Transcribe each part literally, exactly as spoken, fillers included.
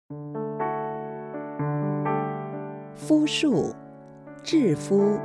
肤术，致肤。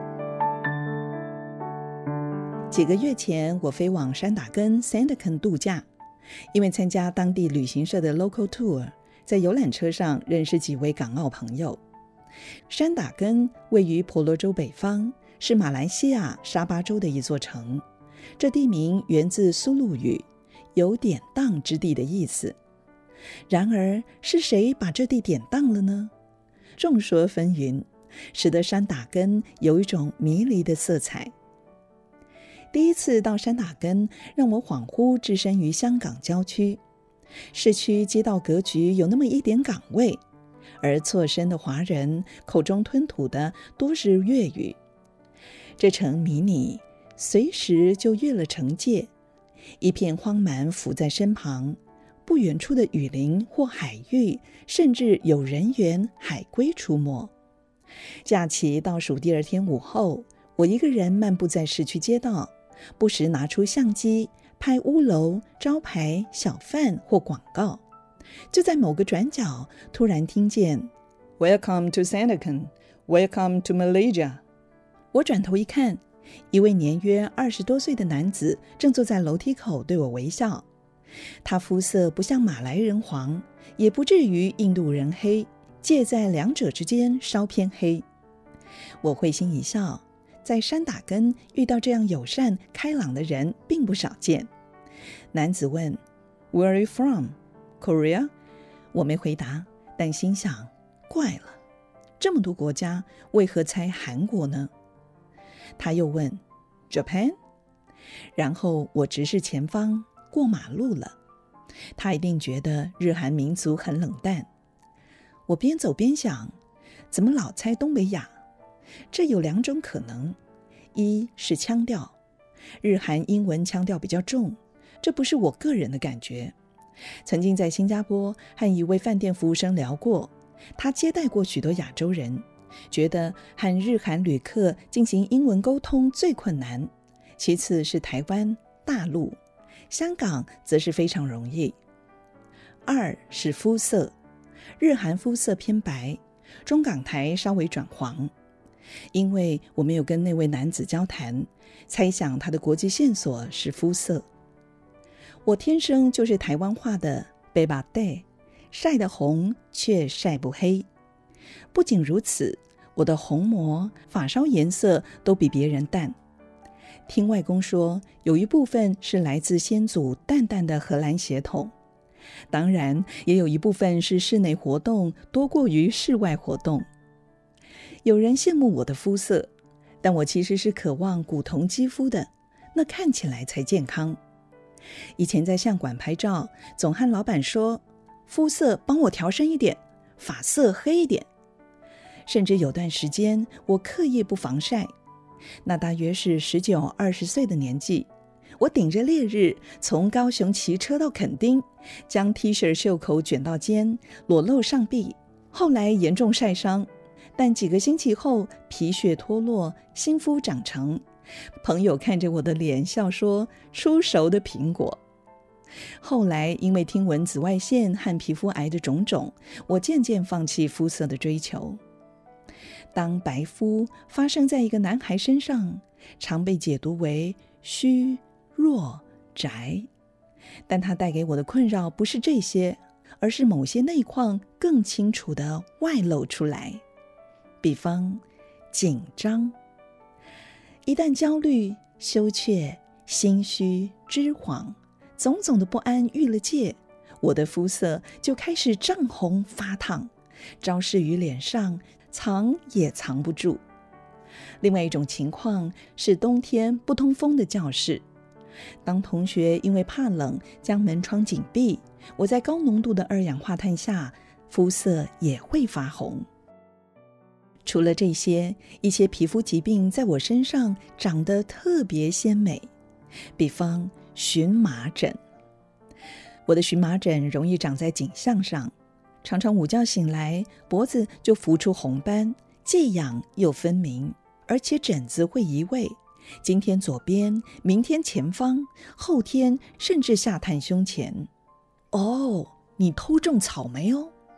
几个月前，我飞往山打根 Sandakan 度假，因为参加当地旅行社的 local tour， 在游览车上认识几位港澳朋友。山打根位于婆罗洲北方，是马来西亚沙巴州的一座城。这地名源自苏禄语，有典当之地的意思。然而，是谁把这地典当了呢？众说纷纭，使得山打根有一种迷离的色彩。第一次到山打根，让我恍惚置身于香港郊区。市区街道格局有那么一点港味，而错身的华人口中吞吐的多是粤语。这城迷你，随时就越了城界，一片荒蛮伏在身旁，不远处的雨林或海域，甚至有人猿、海龟出没。假期倒数第二天午后，我一个人漫步在市区街道，不时拿出相机拍屋楼、招牌、小贩或广告。就在某个转角，突然听见 Welcome to Sandakan, Welcome to Malaysia。 我转头一看，一位年约二十多岁的男子正坐在楼梯口对我微笑。他肤色不像马来人黄，也不至于印度人黑，介在两者之间，稍偏黑。我会心一笑，在山打根遇到这样友善开朗的人并不少见。男子问 Where are you from? Korea? 我没回答，但心想，怪了，这么多国家，为何猜韩国呢？他又问 Japan? 然后我直视前方，过马路了。他一定觉得日韩民族很冷淡。我边走边想，怎么老猜东北亚？这有两种可能，一是腔调，日韩英文腔调比较重，这不是我个人的感觉。曾经在新加坡和一位饭店服务生聊过，他接待过许多亚洲人，觉得和日韩旅客进行英文沟通最困难，其次是台湾、大陆，香港则是非常容易。二是肤色，日韩肤色偏白，中港台稍微转黄。因为我没有跟那位男子交谈，猜想他的国际线索是肤色。我天生就是台湾话的北巴带，晒得红却晒不黑。不仅如此，我的虹膜、发梢颜色都比别人淡。听外公说，有一部分是来自先祖淡淡的荷兰血统，当然也有一部分是室内活动多过于室外活动。有人羡慕我的肤色，但我其实是渴望古铜肌肤的，那看起来才健康。以前在相馆拍照，总和老板说，肤色帮我调深一点，发色黑一点。甚至有段时间我刻意不防晒，那大约是十九、二十岁的年纪，我顶着烈日从高雄骑车到垦丁，将 T 恤袖口卷到肩，裸露上臂，后来严重晒伤，但几个星期后皮屑脱落，新肤长成。朋友看着我的脸笑说，出熟的苹果。后来因为听闻紫外线和皮肤癌的种种，我渐渐放弃肤色的追求。当白肤发生在一个男孩身上，常被解读为虚、弱、宅，但它带给我的困扰不是这些，而是某些内况更清楚地外露出来。比方紧张，一旦焦虑、羞怯、心虚、知惶，种种的不安郁了界，我的肤色就开始涨红发烫，昭示于脸上，藏也藏不住。另外一种情况是冬天不通风的教室，当同学因为怕冷将门窗紧闭，我在高浓度的二氧化碳下，肤色也会发红。除了这些，一些皮肤疾病在我身上长得特别鲜美，比方荨麻疹。我的荨麻疹容易长在颈项上，常常午觉醒来，脖子就浮出红斑，既痒又分明，而且疹子会移位，今天左边，明天前方，后天甚至下探胸前。哦，你偷种草莓哦！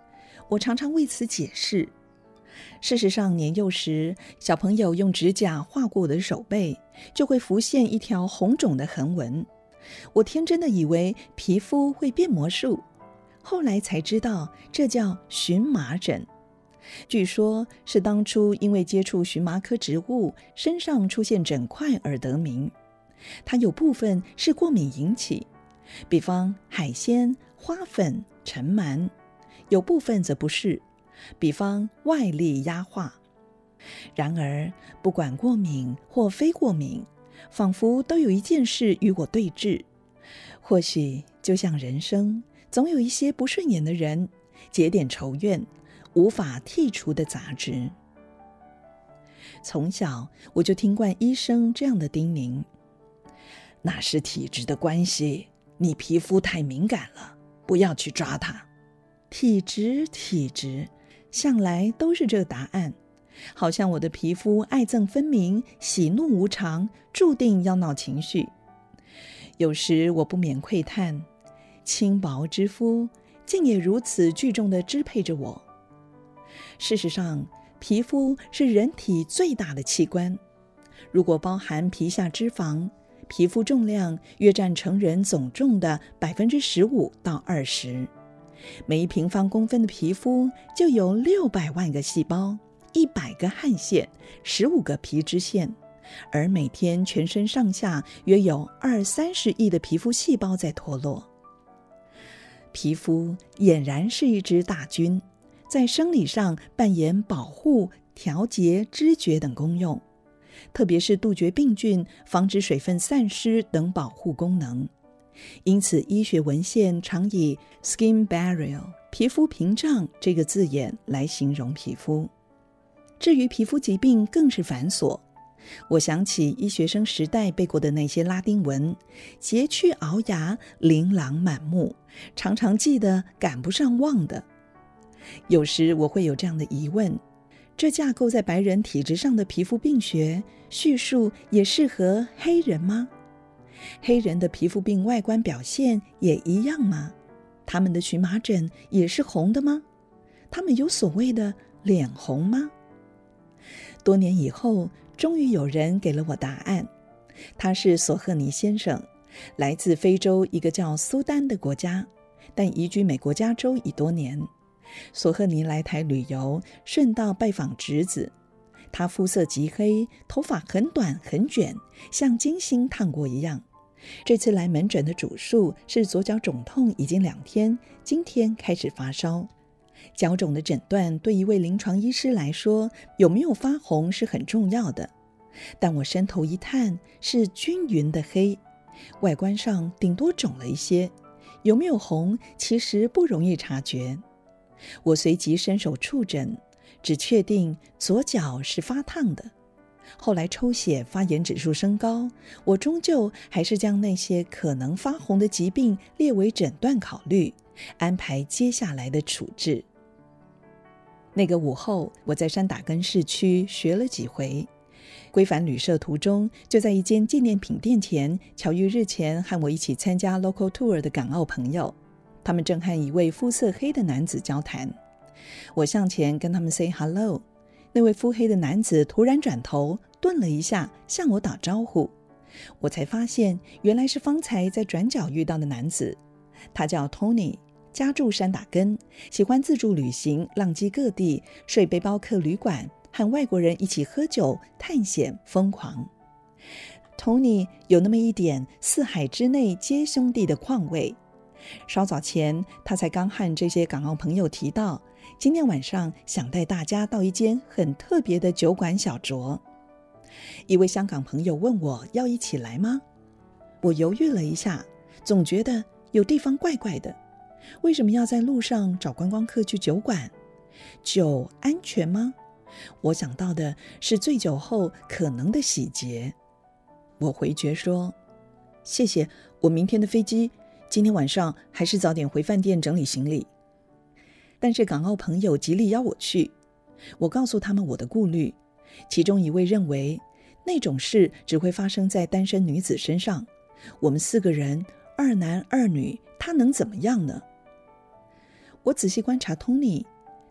我常常为此解释。事实上，年幼时小朋友用指甲划过我的手背，就会浮现一条红肿的痕纹。我天真的以为皮肤会变魔术，后来才知道这叫荨麻疹。据说是当初因为接触荨麻科植物，身上出现疹块而得名。它有部分是过敏引起，比方海鲜、花粉、尘螨；有部分则不是，比方外力压化。然而不管过敏或非过敏，仿佛都有一件事与我对峙。或许就像人生，总有一些不顺眼的人，结点仇怨，无法剔除的杂质。从小我就听惯医生这样的叮咛：那是体质的关系，你皮肤太敏感了，不要去抓它。体质体质向来都是这个答案，好像我的皮肤爱憎分明，喜怒无常，注定要闹情绪。有时我不免喟叹，轻薄之肤竟也如此聚重地支配着我。事实上，皮肤是人体最大的器官，如果包含皮下脂肪，皮肤重量约占成人总重的 百分之十五到二十。每一平方公分的皮肤就有六百万个细胞，一百个汗腺，十五个皮脂腺，而每天全身上下约有二三十亿的皮肤细胞在脱落。皮肤俨然是一只大军，在生理上扮演保护、调节、知觉等功用，特别是杜绝病菌、防止水分散失等保护功能。因此医学文献常以 skin barrier 皮肤屏障这个字眼来形容皮肤。至于皮肤疾病更是繁琐，我想起医学生时代背过的那些拉丁文，佶屈聱牙，琳琅满目，常常记得赶不上忘的。有时我会有这样的疑问，这架构在白人体质上的皮肤病学叙述也适合黑人吗？黑人的皮肤病外观表现也一样吗？他们的荨麻疹也是红的吗？他们有所谓的脸红吗？多年以后，终于有人给了我答案。他是索赫尼先生，来自非洲一个叫苏丹的国家，但移居美国加州已多年。索赫尼来台旅游，顺道拜访侄子。他肤色极黑，头发很短很卷，像金星烫过一样。这次来门诊的主诉是左脚肿痛已经两天，今天开始发烧。脚肿的诊断对一位临床医师来说，有没有发红是很重要的。但我伸头一探，是均匀的黑，外观上顶多肿了一些，有没有红其实不容易察觉。我随即伸手触诊，只确定左脚是发烫的。后来抽血发炎指数升高，我终究还是将那些可能发红的疾病列为诊断考虑，安排接下来的处置。那个午后，我在山打根市区学了几回，归返旅社途中，就在一间纪念品店前巧遇日前和我一起参加 local tour 的港澳朋友，他们正和一位肤色黑的男子交谈。我向前跟他们 say hello， 那位肤黑的男子突然转头顿了一下，向我打招呼。我才发现原来是方才在转角遇到的男子，他叫 Tony， 家住山打根，喜欢自助旅行，浪迹各地，睡背包客旅馆，和外国人一起喝酒、探险、疯狂。Tony 有那么一点四海之内皆兄弟的况味。稍早前，他才刚和这些港澳朋友提到，今天晚上想带大家到一间很特别的酒馆小酌。一位香港朋友问我要一起来吗？我犹豫了一下，总觉得有地方怪怪的。为什么要在路上找观光客去酒馆？酒安全吗？我想到的是醉酒后可能的洗劫。我回绝说，谢谢，我明天的飞机，今天晚上还是早点回饭店整理行李。但是港澳朋友极力邀我去，我告诉他们我的顾虑，其中一位认为那种事只会发生在单身女子身上，我们四个人，二男二女，他能怎么样呢？我仔细观察 Tony，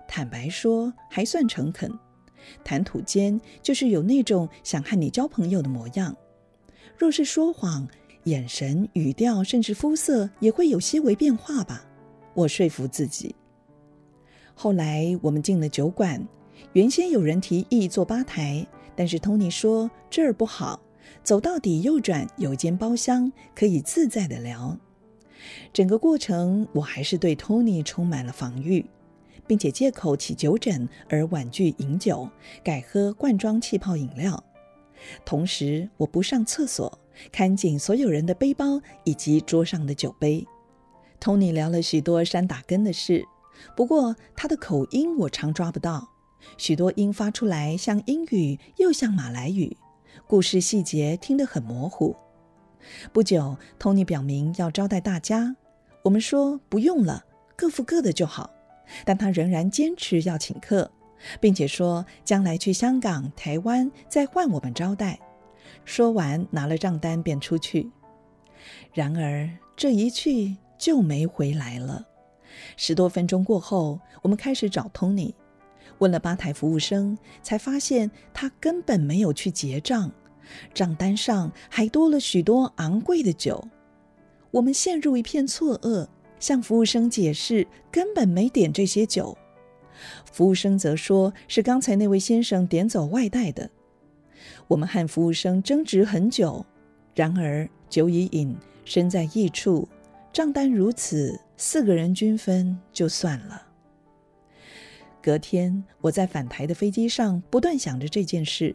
坦白说还算诚恳，谈吐间就是有那种想和你交朋友的模样。若是说谎，眼神、语调甚至肤色也会有些微变化吧，我说服自己。后来我们进了酒馆，原先有人提议坐吧台，但是 Tony 说这儿不好，走到底右转有间包厢，可以自在的聊。整个过程我还是对 Tony 充满了防御，并且借口起酒疹而婉拒饮酒，改喝罐装气泡饮料。同时我不上厕所，看紧所有人的背包以及桌上的酒杯。 Tony 聊了许多山打根的事，不过他的口音我常抓不到，许多音发出来像英语又像马来语，故事细节听得很模糊。不久 Tony 表明要招待大家，我们说不用了，各付各的就好，但他仍然坚持要请客，并且说将来去香港、台湾再换我们招待。说完拿了账单便出去。然而这一去就没回来了。十多分钟过后，我们开始找 Tony， 问了吧台服务生，才发现他根本没有去结账，账单上还多了许多昂贵的酒。我们陷入一片错愕，向服务生解释根本没点这些酒。服务生则说是刚才那位先生点走外带的。我们和服务生争执很久，然而酒已饮，身在异处，账单如此，四个人均分就算了。隔天我在返台的飞机上不断想着这件事。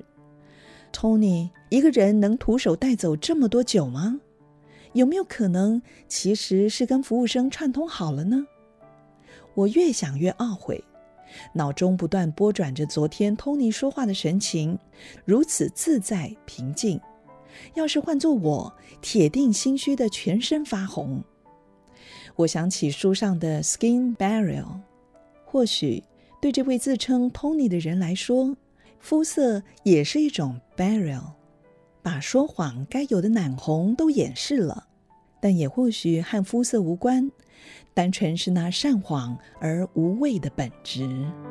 Tony 一个人能徒手带走这么多酒吗？有没有可能其实是跟服务生串通好了呢？我越想越懊悔，脑中不断拨转着昨天 Tony 说话的神情，如此自在平静，要是换作我，铁定心虚的全身发红。我想起书上的 skin barrier， 或许对这位自称 Tony 的人来说，肤色也是一种 barrier， 把说谎该有的胆红都掩饰了，但也或许和肤色无关，单纯是那善谎而无畏的本质。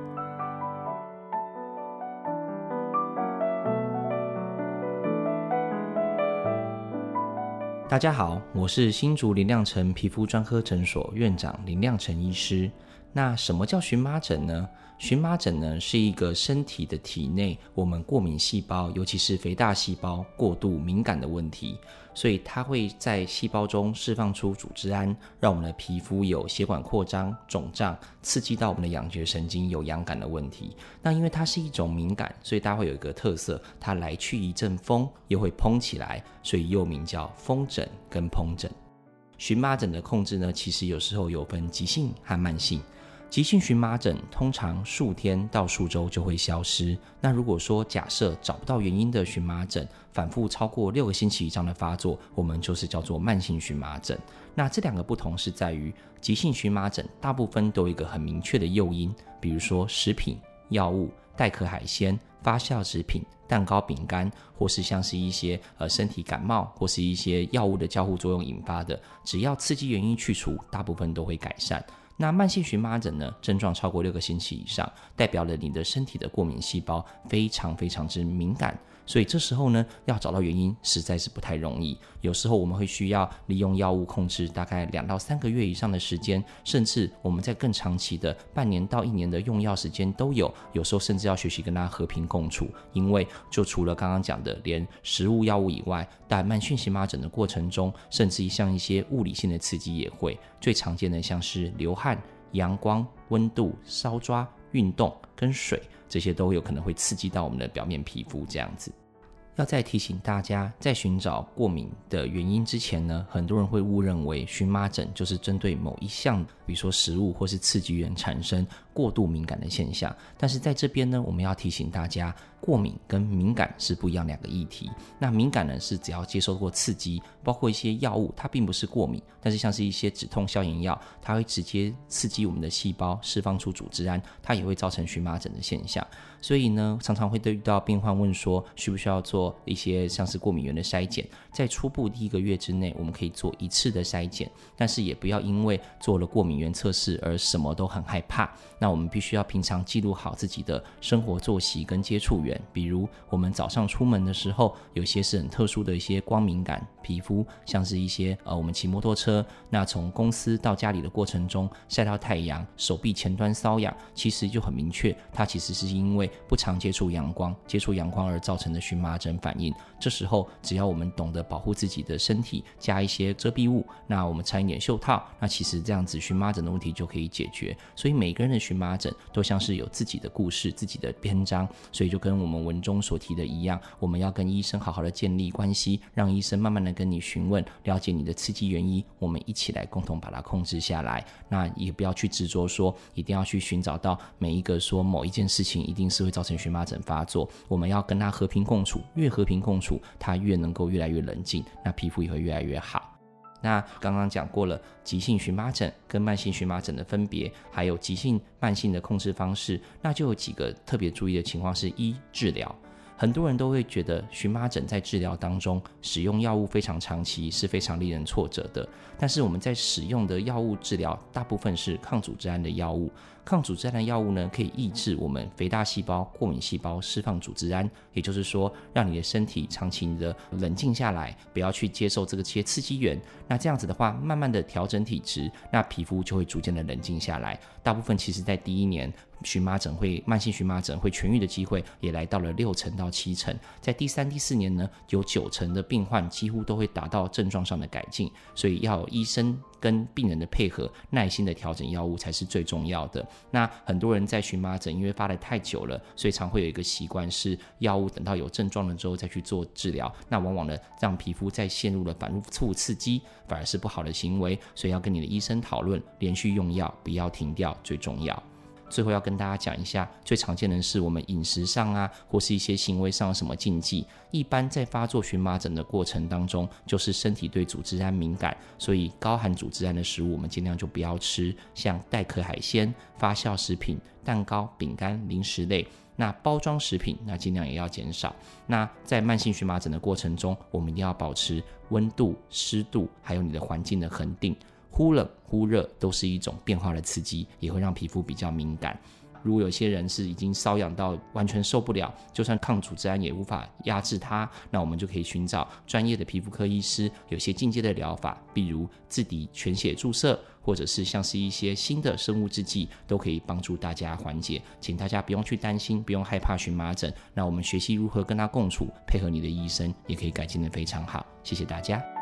大家好，我是新竹林亮成皮肤专科诊所院长林亮成医师。那什么叫荨麻疹呢？荨麻疹呢是一个身体的体内我们过敏细胞，尤其是肥大细胞过度敏感的问题，所以它会在细胞中释放出组织胺，让我们的皮肤有血管扩张、肿胀，刺激到我们的痒觉神经有痒感的问题。那因为它是一种敏感，所以它会有一个特色，它来去一阵风又会膨起来，所以又名叫风疹跟疱疹。荨麻疹的控制呢，其实有时候有分急性和慢性。急性荨麻疹通常数天到数周就会消失。那如果说假设找不到原因的荨麻疹反复超过六个星期以上的发作，我们就是叫做慢性荨麻疹。那这两个不同是在于，急性荨麻疹大部分都有一个很明确的诱因，比如说食品、药物、带壳海鲜、发酵食品、蛋糕、饼干，或是像是一些呃身体感冒或是一些药物的交互作用引发的，只要刺激原因去除，大部分都会改善。那慢性荨麻疹呢，症状超过六个星期以上，代表了你的身体的过敏细胞非常非常之敏感，所以这时候呢，要找到原因实在是不太容易。有时候我们会需要利用药物控制大概两到三个月以上的时间，甚至我们在更长期的半年到一年的用药时间都有，有时候甚至要学习跟它和平共处。因为就除了刚刚讲的连食物药物以外，在慢性荨麻疹的过程中，甚至像一些物理性的刺激也会，最常见的像是流汗、阳光、温度、搔抓、运动跟水，这些都有可能会刺激到我们的表面皮肤这样子。要再提醒大家，在寻找过敏的原因之前呢，很多人会误认为荨麻疹就是针对某一项，比如说食物或是刺激源产生过度敏感的现象。但是在这边呢，我们要提醒大家，过敏跟敏感是不一样两个议题。那敏感呢是只要接受过刺激，包括一些药物，它并不是过敏，但是像是一些止痛消炎药，它会直接刺激我们的细胞，释放出组织胺，它也会造成荨麻疹的现象。所以呢，常常会遇到病患问说，需不需要做一些像是过敏原的筛检？在初步第一个月之内，我们可以做一次的筛检，但是也不要因为做了过敏原测试而什么都很害怕。那那我们必须要平常记录好自己的生活作息跟接触源，比如我们早上出门的时候，有些是很特殊的一些光敏感皮肤，像是一些呃我们骑摩托车，那从公司到家里的过程中晒到太阳，手臂前端瘙痒，其实就很明确，它其实是因为不常接触阳光，接触阳光而造成的荨麻疹反应。这时候只要我们懂得保护自己的身体，加一些遮蔽物，那我们穿一点袖套，那其实这样子荨麻疹的问题就可以解决。所以每个人的荨麻疹都像是有自己的故事，自己的篇章，所以就跟我们文中所提的一样，我们要跟医生好好的建立关系，让医生慢慢的跟你询问，了解你的刺激原因，我们一起来共同把它控制下来。那也不要去执着说一定要去寻找到每一个说某一件事情一定是会造成荨麻疹发作，我们要跟它和平共处，越和平共处它越能够越来越冷静，那皮肤也会越来越好。那刚刚讲过了急性荨麻疹跟慢性荨麻疹的分别，还有急性慢性的控制方式，那就有几个特别注意的情况是：一、治疗。很多人都会觉得荨麻疹在治疗当中使用药物非常长期是非常令人挫折的，但是我们在使用的药物治疗大部分是抗组织胺的药物，抗组织胺的药物呢可以抑制我们肥大细胞、过敏细胞释放组织胺，也就是说让你的身体长期的冷静下来，不要去接受这个些刺激源，那这样子的话慢慢的调整体质，那皮肤就会逐渐的冷静下来。大部分其实在第一年荨麻疹会慢性荨麻疹会痊愈的机会也来到了六成到七成，在第三第四年呢有九成的病患几乎都会达到症状上的改进，所以要有医生跟病人的配合，耐心的调整药物才是最重要的。那很多人在荨麻疹因为发得太久了，所以常会有一个习惯是药物等到有症状了之后再去做治疗，那往往呢让皮肤再陷入了反复刺激，反而是不好的行为，所以要跟你的医生讨论，连续用药不要停掉最重要。最后要跟大家讲一下，最常见的是我们饮食上啊，或是一些行为上有什么禁忌。一般在发作荨麻疹的过程当中，就是身体对组织胺敏感，所以高含组织胺的食物我们尽量就不要吃，像带壳海鲜、发酵食品、蛋糕、饼干、零食类。那包装食品那尽量也要减少。那在慢性荨麻疹的过程中，我们一定要保持温度、湿度，还有你的环境的恒定。忽冷忽热都是一种变化的刺激，也会让皮肤比较敏感。如果有些人是已经瘙痒到完全受不了，就算抗组织胺也无法压制它，那我们就可以寻找专业的皮肤科医师，有些进阶的疗法，比如自体全血注射，或者是像是一些新的生物制剂，都可以帮助大家缓解。请大家不用去担心，不用害怕荨麻疹，那我们学习如何跟它共处，配合你的医生，也可以改进得非常好。谢谢大家。